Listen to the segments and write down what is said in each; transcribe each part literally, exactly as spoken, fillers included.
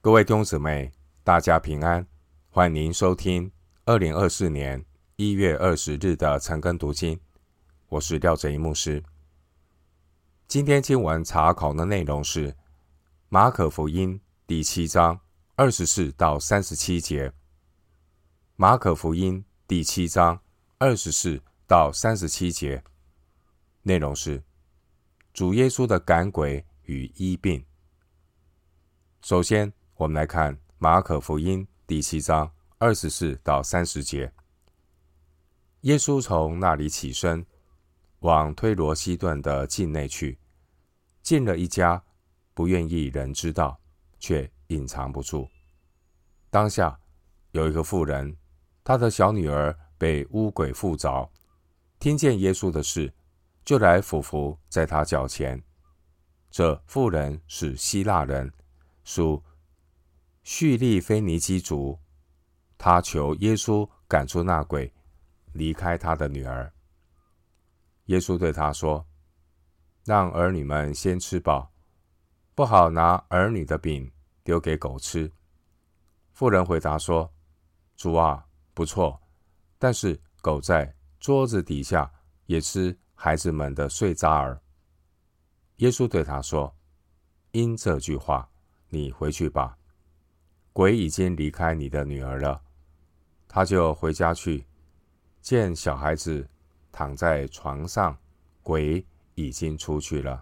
各位弟兄姊妹，大家平安，欢迎您收听二零二四年一月二十日的晨更读经。我是廖哲一牧师。今天经文查考的内容是马可福音第七章二十四到三十七节。马可福音第七章二十四到三十七节，内容是主耶稣的赶鬼与医病。首先，我们来看马可福音第七章二十四到三十节。耶稣从那里起身，往推罗西顿的境内去，进了一家，不愿意人知道，却隐藏不住。当下有一个妇人，她的小女儿被污鬼附着，听见耶稣的事，就来俯伏在他脚前。这妇人是希腊人，属叙利腓尼基族，他求耶稣赶出那鬼，离开他的女儿。耶稣对他说：让儿女们先吃饱，不好拿儿女的饼丢给狗吃。妇人回答说：主啊，不错，但是狗在桌子底下也吃孩子们的碎渣儿。耶稣对他说：因这句话，你回去吧，鬼已经离开你的女儿了。他就回家去，见小孩子躺在床上，鬼已经出去了。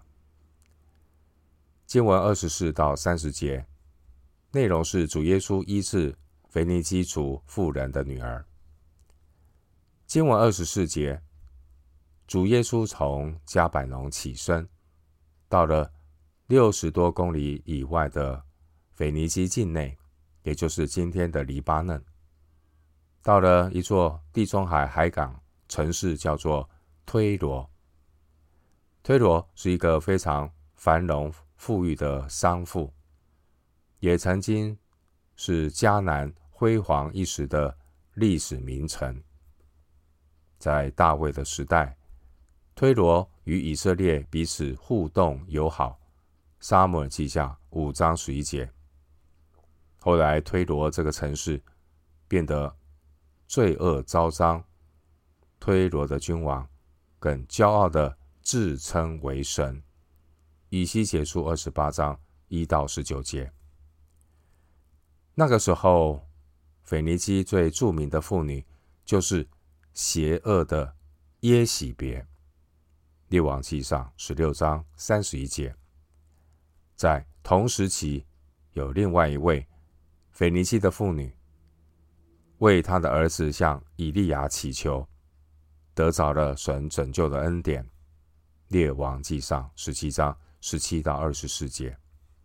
经文二十四到三十节，内容是主耶稣医治腓尼基族妇人的女儿。经文二十四节，主耶稣从迦百农起身，到了六十多公里以外的腓尼基境内，也就是今天的黎巴嫩。到了一座地中海海港城市，叫做推罗。推罗是一个非常繁荣富裕的商埠，也曾经是迦南辉煌一时的历史名城。在大卫的时代，推罗与以色列彼此互动友好，撒母耳记下五章十一节。后来推罗这个城市变得罪恶昭彰，推罗的君王更骄傲地自称为神。以西结书二十八章一到十九节。那个时候，腓尼基最著名的妇女就是邪恶的耶洗别。列王纪上十六章三十一节。在同时期，有另外一位腓尼基的妇女，为他的儿子向以利亚祈求，得着了神拯救的恩典。列王纪上十七章十七到二十四节。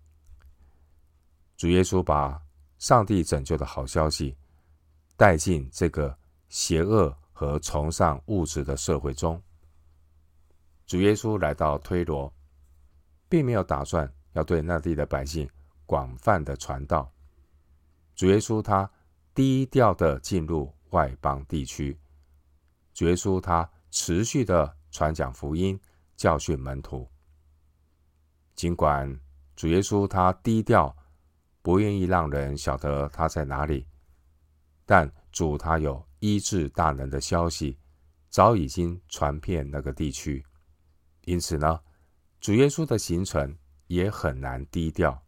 主耶稣把上帝拯救的好消息带进这个邪恶和崇尚物质的社会中。主耶稣来到推罗，并没有打算要对那地的百姓广泛的传道。主耶稣他低调的进入外邦地区，主耶稣他持续的传讲福音，教训门徒。尽管主耶稣他低调，不愿意让人晓得他在哪里，但主他有医治大能的消息，早已经传遍那个地区。因此呢，主耶稣的行程也很难低调。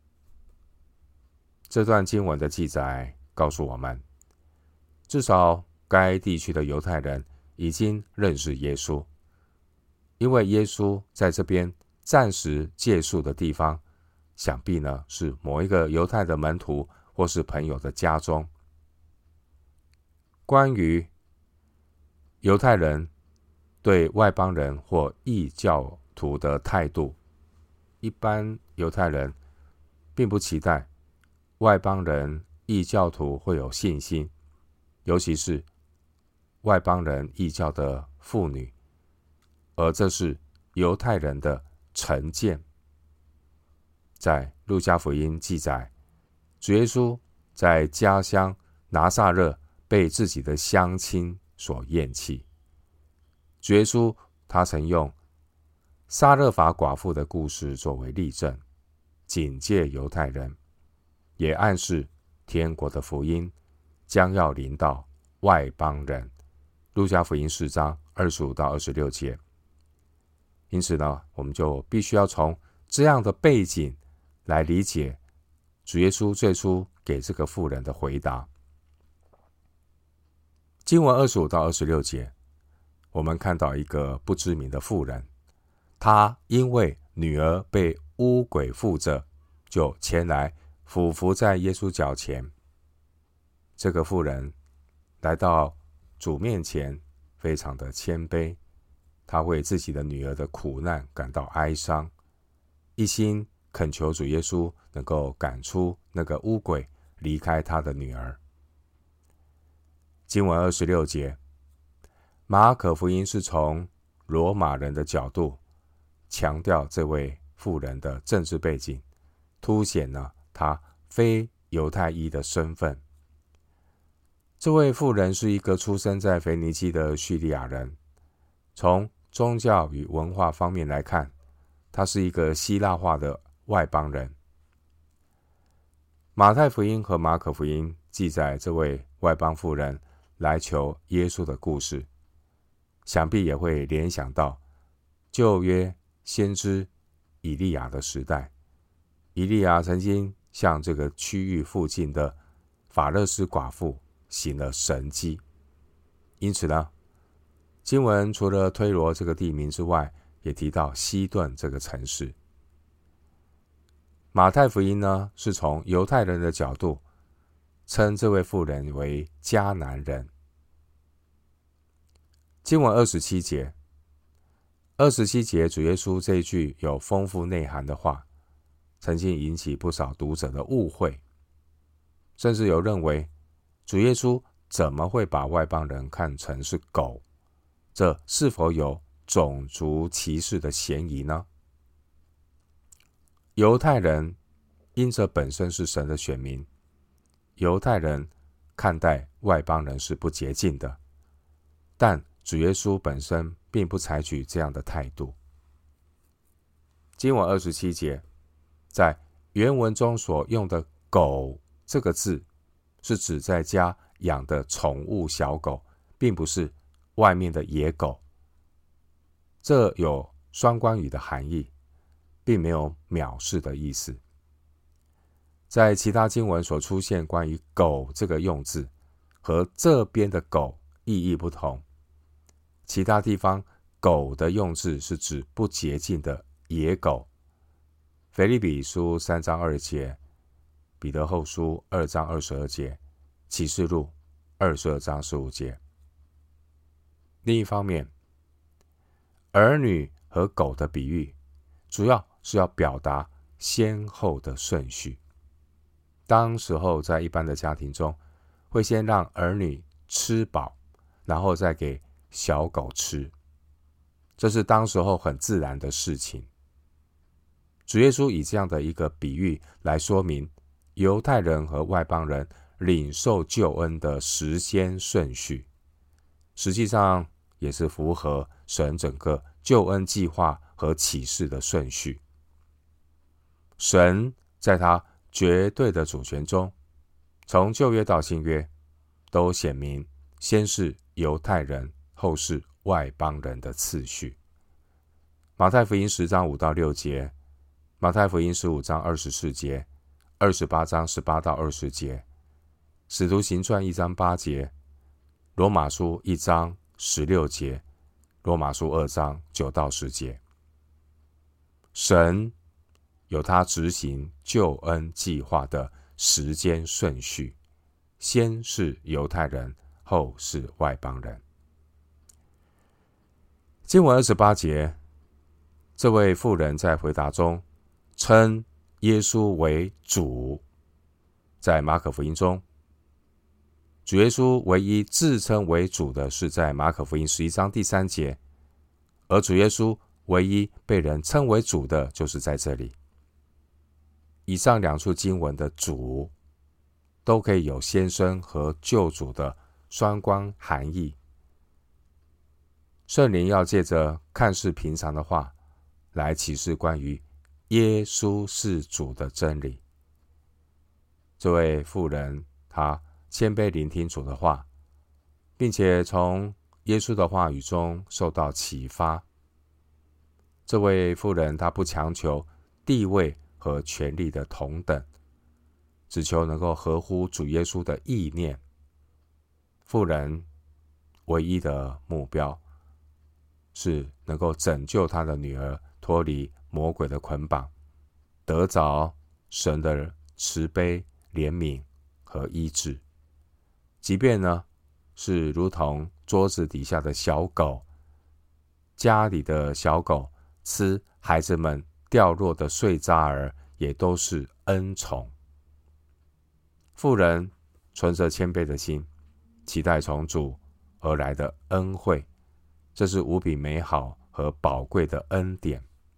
这段经文的记载告诉我们，至少该地区的犹太人已经认识耶稣，因为耶稣在这边暂时借宿的地方，想必呢是某一个犹太的门徒或是朋友的家中。关于犹太人对外邦人或异教徒的态度，一般犹太人并不期待外邦人、异教徒会有信心，尤其是外邦人、异教的妇女，而这是犹太人的成见。在路加福音记载，主耶稣在家乡拿撒勒被自己的乡亲所厌弃。主耶稣他曾用撒勒法寡妇的故事作为例证，警戒犹太人， 也暗示天国的福音将要临到外邦人。路加福音四章二十五到二十六节。因此呢，我们就必须要从这样的背景来理解主耶稣最初给这个妇人的回答。经文二十五到二十六节，我们看到一个不知名的妇人，她因为女儿被污鬼附着，就前来俯伏在耶稣脚前。这个妇人来到主面前，非常的谦卑，她为自己的女儿的苦难感到哀伤，一心恳求主耶稣能够赶出那个污鬼，离开她的女儿。经文二十六节，马可福音是从罗马人的角度强调这位妇人的政治背景，凸显了她非犹太裔的身份。这位妇人是一个出生在腓尼基的叙利亚人，从宗教与文化方面来看，她是一个希腊化的外邦人。马太福音和马可福音记载这位外邦妇人来求耶稣的故事，想必也会联想到旧约先知以利亚的时代。以利亚曾经向这个区域附近的法勒斯寡妇行了神迹。因此呢，经文除了推罗这个地名之外，也提到西顿这个城市。马太福音呢，是从犹太人的角度称这位妇人为迦南人。经文二十七节，二十七节主耶稣这一句有丰富内涵的话，曾经引起不少读者的误会，甚至有认为主耶稣怎么会把外邦人看成是狗？这是否有种族歧视的嫌疑呢？犹太人因着本身是神的选民，犹太人看待外邦人是不洁净的，但主耶稣本身并不采取这样的态度。经文二十七节，在原文中所用的狗这个字，是指在家养的宠物小狗，并不是外面的野狗。这有双关语的含义，并没有藐视的意思。在其他经文所出现关于狗这个用字，和这边的狗意义不同。其他地方狗的用字是指不洁净的野狗。腓立比书三章二节，彼得后书二章二十二节，启示录二十二章十五节。另一方面，儿女和狗的比喻主要是要表达先后的顺序。当时候在一般的家庭中，会先让儿女吃饱，然后再给小狗吃，这是当时候很自然的事情。主耶稣以这样的一个比喻来说明犹太人和外邦人领受救恩的时间顺序，实际上也是符合神整个救恩计划和启示的顺序。神在他绝对的主权中，从旧约到新约，都显明先是犹太人，后是外邦人的次序。马太福音十章五到六节，马太福音十五章二十四节，二十八章十八到二十节，使徒行传一章八节，罗马书一章十六节，罗马书二章九到十节。神有他执行救恩计划的时间顺序，先是犹太人，后是外邦人。经文二十八节，这位妇人在回答中称耶稣为主。在马可福音中，主耶稣唯一自称为主的是在马可福音十一章第三节，而主耶稣唯一被人称为主的就是在这里。以上两处经文的主都可以有先生和救主的双关含义。圣灵要借着看似平常的话来启示关于耶稣是主的真理。 这位妇人她谦卑聆听主的话，并且从耶稣的话语中受到启发。这位妇人她不强求地位和权力的同等，只求能够合乎主耶稣的意念。妇人唯一的目标是能够拯救她的女儿脱离魔鬼的捆绑，得着神的慈悲、怜悯和医治。即便呢是如同桌子底下的小狗，家里的小狗吃孩子们掉落的碎渣儿，也都是恩宠。妇人存着谦卑的心，期待从主而来的恩惠，这是无比美好和宝贵的恩典。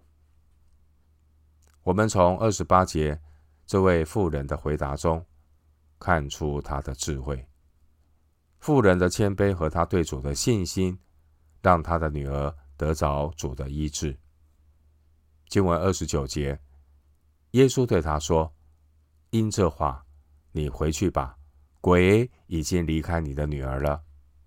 我们从二十八节这位妇人的回答中看出她的智慧。妇人的谦卑和她对主的信心，让她的女儿得着主的医治。经文二十九节，耶稣对她说：因这话，你回去吧，鬼已经离开你的女儿了。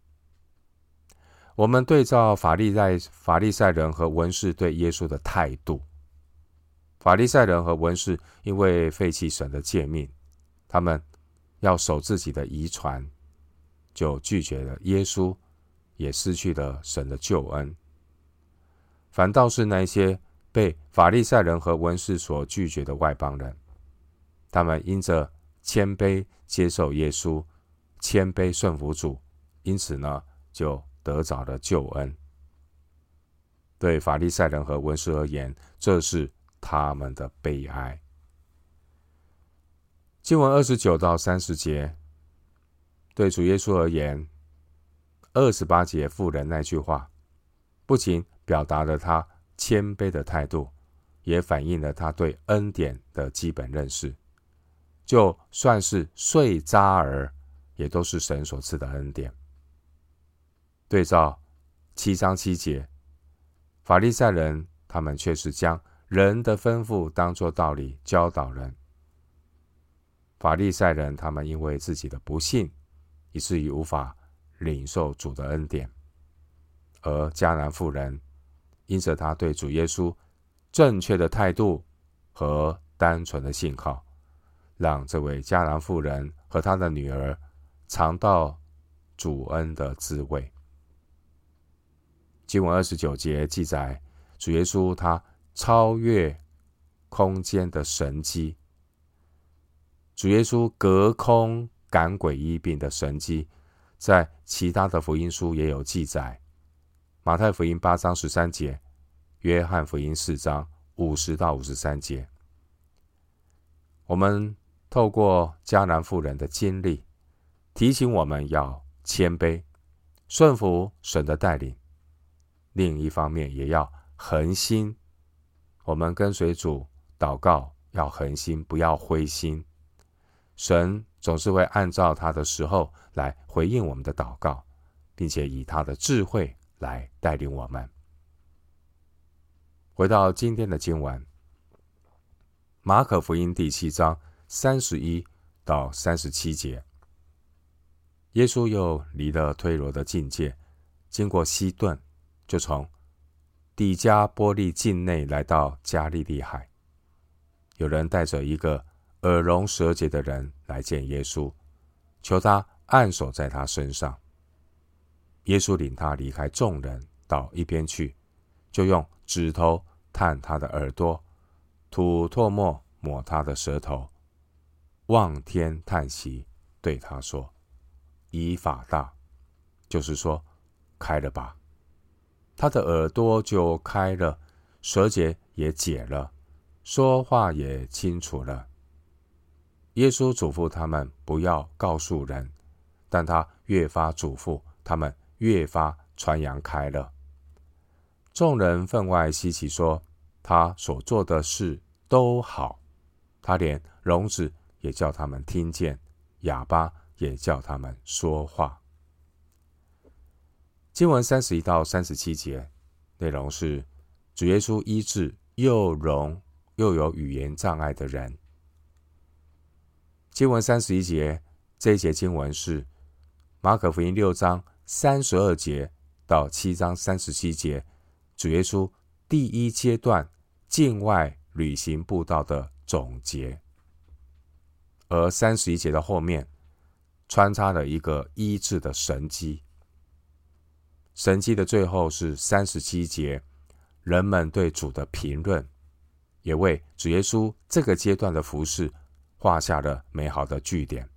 我们对照法利赛法利赛人和文士对耶稣的态度。法利赛人和文士因为废弃神的诫命，他们要守自己的遗传，就拒绝了耶稣，也失去了神的救恩。反倒是那些被法利赛人和文士所拒绝的外邦人，他们因着谦卑接受耶稣，谦卑顺服主，因此呢，就得着了救恩。对法利赛人和文士而言，这是他们的悲哀。经文二十九到三十节，对主耶稣而言，二十八节妇人那句话，不仅表达了他谦卑的态度，也反映了他对恩典的基本认识。就算是碎渣儿，也都是神所赐的恩典。对照七章七节，法利赛人他们却是将人的吩咐当作道理教导人。法利赛人他们因为自己的不信，以至于无法领受主的恩典，而迦南妇人因着他对主耶稣正确的态度和单纯的信靠，让这位迦南妇人和他的女儿尝到主恩的滋味。经文二十九节记载，主耶稣他超越空间的神迹。主耶稣隔空赶鬼医病的神迹，在其他的福音书也有记载。马太福音八章十三节，约翰福音四章五十到五十三节。我们透过迦南妇人的经历，提醒我们要谦卑，顺服神的带领。另一方面，也要恒心。我们跟随主祷告，要恒心，不要灰心。神总是会按照他的时候来回应我们的祷告，并且以他的智慧来带领我们。回到今天的经文，马可福音第七章三十一到三十七节，耶稣又离了推罗的境界，经过西顿，就从底加波利境内来到加利利海。有人带着一个耳聋舌结的人来见耶稣，求他按手在他身上。耶稣领他离开众人，到一边去，就用指头探他的耳朵，吐唾沫抹他的舌头，望天叹息，对他说：以法大，就是说开了吧。他的耳朵就开了，舌结也解了，说话也清楚了。耶稣嘱咐他们不要告诉人，但他越发嘱咐，他们越发传扬开了。众人分外稀奇，说他所做的事都好。他连聋子也叫他们听见，哑巴也叫他们说话。经文三十一到三十七节，内容是主耶稣医治又聋又有语言障碍的人。 经文三十一节，这一节经文是马可福音六章三十二节到七章三十七节，主耶稣第一阶段境外旅行布道的总结。而三十一节的后面穿插了一个医治的神迹。神迹的最后是三十七节，人们对主的评论，也为主耶稣这个阶段的服事画下了美好的句点。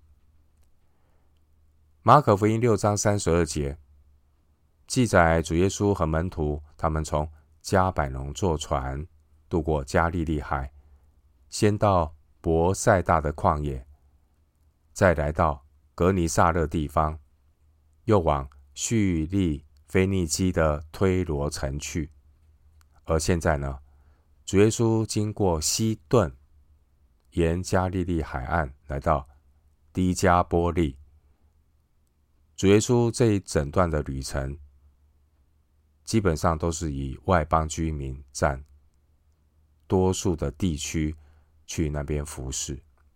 马可福音六章三十二节记载主耶稣和门徒他们从加百农坐船渡过加利利海，先到伯赛大的旷野，再来到格尼撒勒地方，又往叙利腓尼基的推罗城去。而现在呢，主耶稣经过西顿，沿加利利海岸来到低加波利。主耶稣这一整段的旅程基本上都是以外邦居民占多数的地区去那边服侍。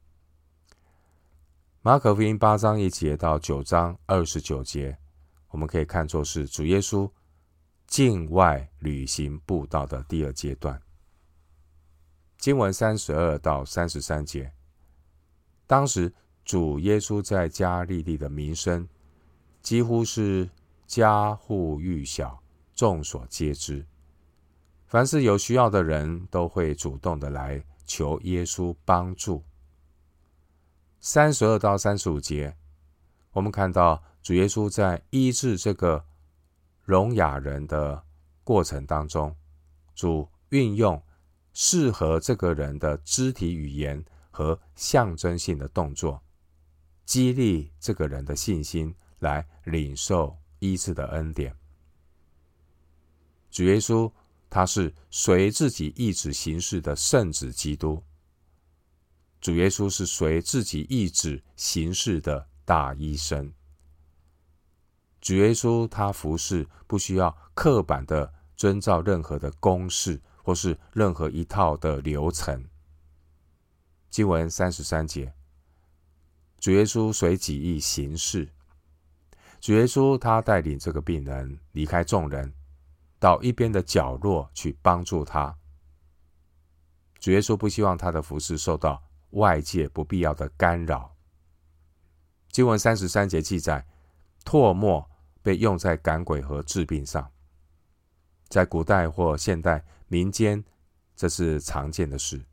马可福音八章一节到九章二十九节，我们可以看作是主耶稣境外旅行布道的第二阶段。经文三十二到三十三节，当时主耶稣在加利利的名声几乎是家户户晓，众所皆知。凡是有需要的人都会主动的来求耶稣帮助。三十二到三十五节，我们看到主耶稣在医治这个聋哑人的过程当中，主运用适合这个人的肢体语言和象征性的动作，激励这个人的信心，来领受医治的恩典。主耶稣他是随自己意志行事的圣子基督，主耶稣是随自己意志行事的大医生。主耶稣他服侍不需要刻板的遵照任何的公式或是任何一套的流程。经文三十三节，主耶稣随己意行事。主耶稣他带领这个病人离开众人，到一边的角落去帮助他。主耶稣不希望他的服事受到外界不必要的干扰。经文三十三节记载，唾沫被用在赶鬼和治病上。在古代或现代民间，这是常见的事。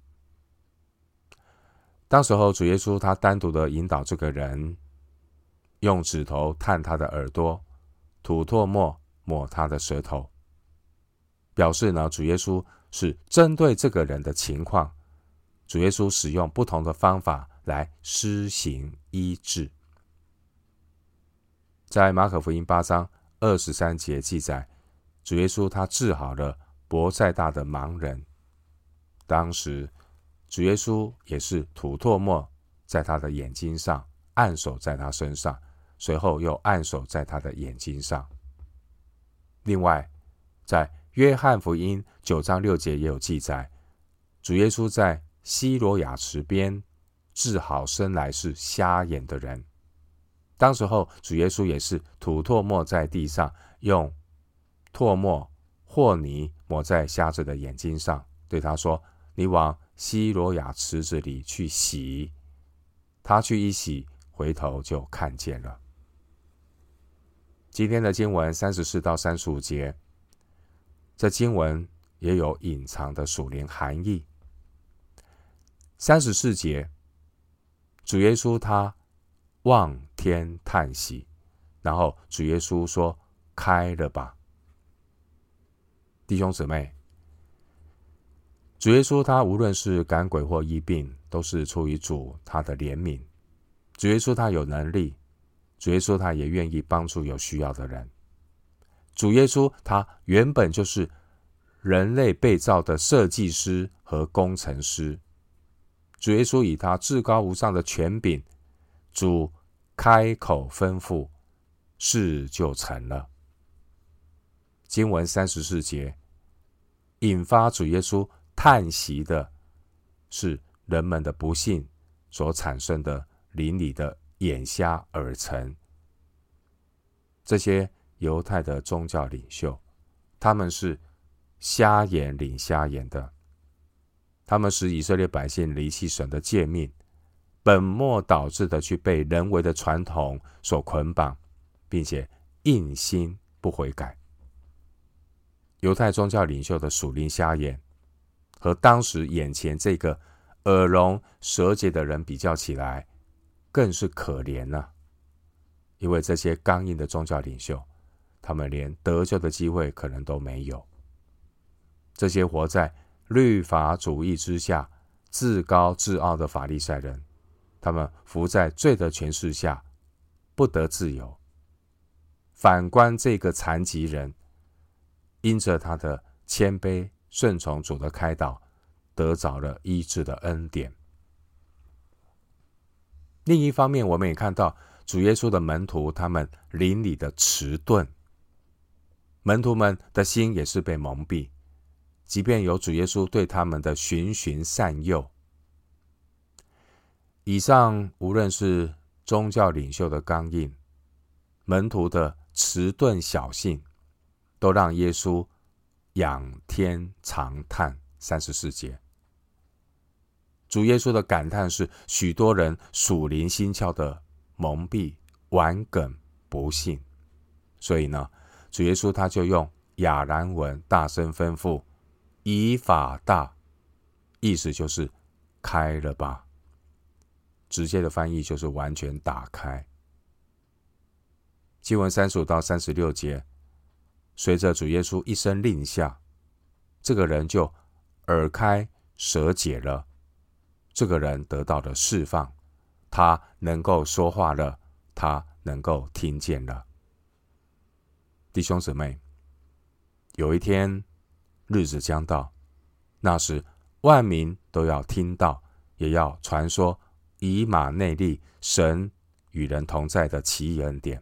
当时候主耶稣他单独的引导这个人，用指头探他的耳朵，吐唾沫抹他的舌头，表示呢，主耶稣是针对这个人的情况，主耶稣使用不同的方法来施行医治。在马可福音八章二十三节记载，主耶稣他治好了伯赛大的盲人。当时主耶稣也是吐唾沫在他的眼睛上，按手在他身上，随后又按手在他的眼睛上。另外，在约翰福音九章六节也有记载，主耶稣在西罗亚池边治好生来是瞎眼的人。当时候主耶稣也是吐唾沫在地上，用唾沫或泥抹在瞎子的眼睛上，对他说，你往西罗亚池子里去洗。他去一洗，回头就看见了。今天的经文三十四到三十五节，这经文也有隐藏的属灵含义。三十四节，主耶稣他望天叹息，然后主耶稣说，开了吧。弟兄姊妹，主耶稣他无论是赶鬼或医病，都是出于主他的怜悯。主耶稣他有能力，主耶稣他也愿意帮助有需要的人。主耶稣他原本就是人类被造的设计师和工程师。主耶稣以他至高无上的权柄，主开口吩咐，事就成了。经文三十四节，引发主耶稣叹息的是人们的不信所产生的邻里的眼瞎耳聋。这些犹太的宗教领袖，他们是瞎眼领瞎眼的，他们使以色列百姓离弃神的诫命，本末倒置的去被人为的传统所捆绑，并且硬心不悔改。犹太宗教领袖的属灵瞎眼，和当时眼前这个耳聋舌结的人比较起来，更是可怜了、啊。因为这些刚硬的宗教领袖，他们连得救的机会可能都没有。这些活在律法主义之下、自高自傲的法利赛人，他们伏在罪的权势下，不得自由。反观这个残疾人，因着他的谦卑顺从主的开导，得着了医治的恩典。另一方面，我们也看到主耶稣的门徒，他们邻里的迟钝，门徒们的心也是被蒙蔽，即便有主耶稣对他们的循循善诱。以上无论是宗教领袖的刚硬，门徒的迟钝小信，都让耶稣仰天长叹。三十四节，主耶稣的感叹是许多人属灵心窍的蒙蔽、顽梗、不信。所以呢，主耶稣他就用亚兰文大声吩咐，以法大，意思就是开了吧。直接的翻译就是完全打开。经文三十五到三十六节，随着主耶稣一声令下，这个人就耳开舌解了，这个人得到了释放，他能够说话了，他能够听见了。弟兄姊妹，有一天日子将到，那时万民都要听到，也要传说以马内利，神与人同在的奇异恩典。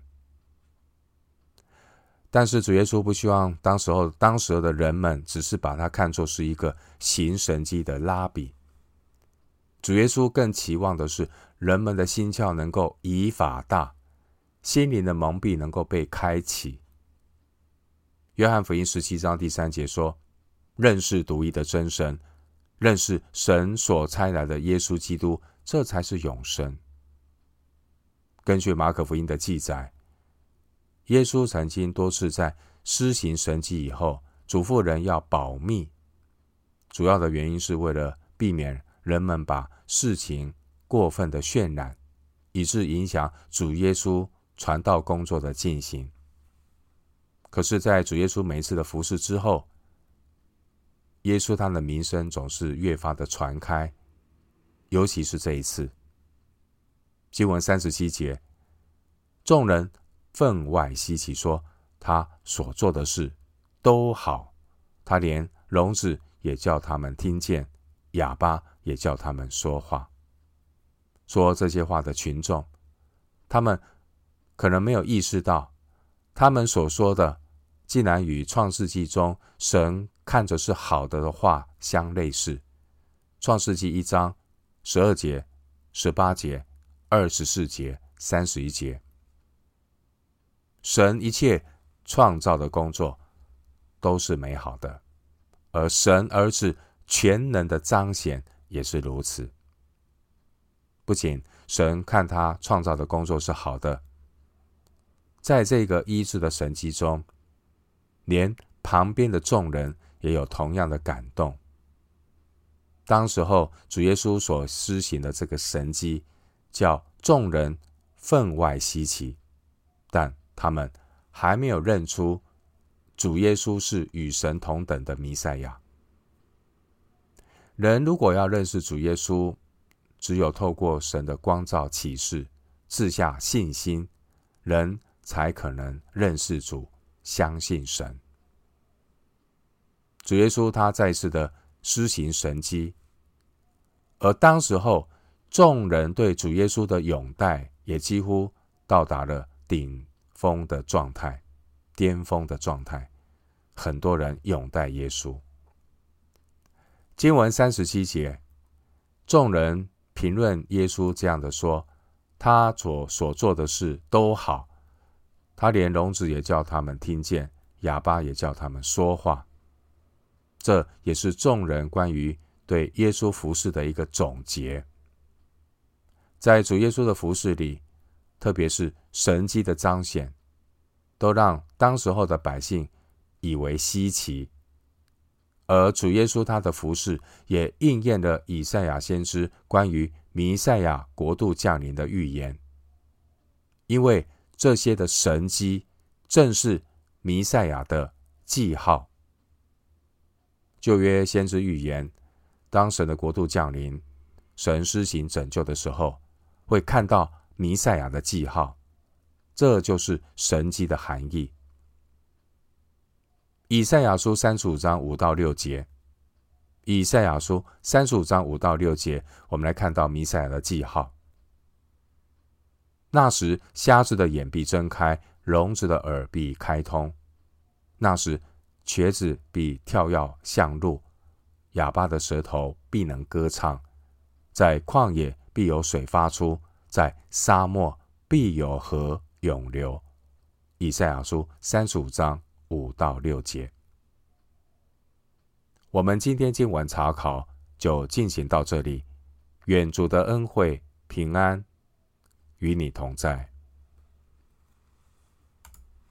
但是主耶稣不希望当时候当时候的人们只是把他看作是一个行神迹的拉比，主耶稣更期望的是人们的心窍能够以法大，心灵的蒙蔽能够被开启。约翰福音十七章第三节说，认识独一的真神，认识神所差来的耶稣基督，这才是永生。根据马可福音的记载，耶稣曾经多次在施行神迹以后，嘱咐人要保密，主要的原因是为了避免人们把事情过分的渲染，以致影响主耶稣传道工作的进行。可是在主耶稣每一次的服事之后，耶稣他的名声总是越发的传开，尤其是这一次。经文三十七节，众人分外稀奇，说他所做的事都好，他连聋子也叫他们听见，哑巴也叫他们说话。说这些话的群众，他们可能没有意识到，他们所说的竟然与创世纪中神看着是好的的话相类似。创世纪一章十二节、十八节、二十四节、三十一节，神一切创造的工作都是美好的，而神儿子全能的彰显也是如此。不仅神看他创造的工作是好的，在这个医治的神迹中，连旁边的众人也有同样的感动。当时候主耶稣所施行的这个神迹，叫众人分外稀奇，但他们还没有认出主耶稣是与神同等的弥赛亚。人如果要认识主耶稣，只有透过神的光照启示，赐下信心，人才可能认识主，相信神。主耶稣他再次的施行神迹，而当时候众人对主耶稣的拥戴也几乎到达了顶峰的状态，巅峰的状态，很多人拥戴耶稣。经文三十七节，众人评论耶稣这样的说， 他所所做的事都好，他连聋子也叫他们听见，哑巴也叫他们说话。这也是众人关于对耶稣服事的一个总结。在主耶稣的服事里，特别是神迹的彰显，都让当时候的百姓以为稀奇。而主耶稣他的服事也应验了以赛亚先知关于弥赛亚国度降临的预言，因为这些的神迹正是弥赛亚的记号。旧约先知预言，当神的国度降临，神施行拯救的时候，会看到弥赛亚的记号，这就是神迹的含义。以赛亚书三十五章五到六节，以赛亚书三十五章五到六节，我们来看到弥赛亚的记号。那时，瞎子的眼必睁开，聋子的耳必开通。那时，瘸子必跳跃向路，哑巴的舌头必能歌唱。在旷野必有水发出，在沙漠必有河涌流。以赛亚书三十五章五到六节。我们今天经文查考就进行到这里，愿主的恩惠平安与你同在。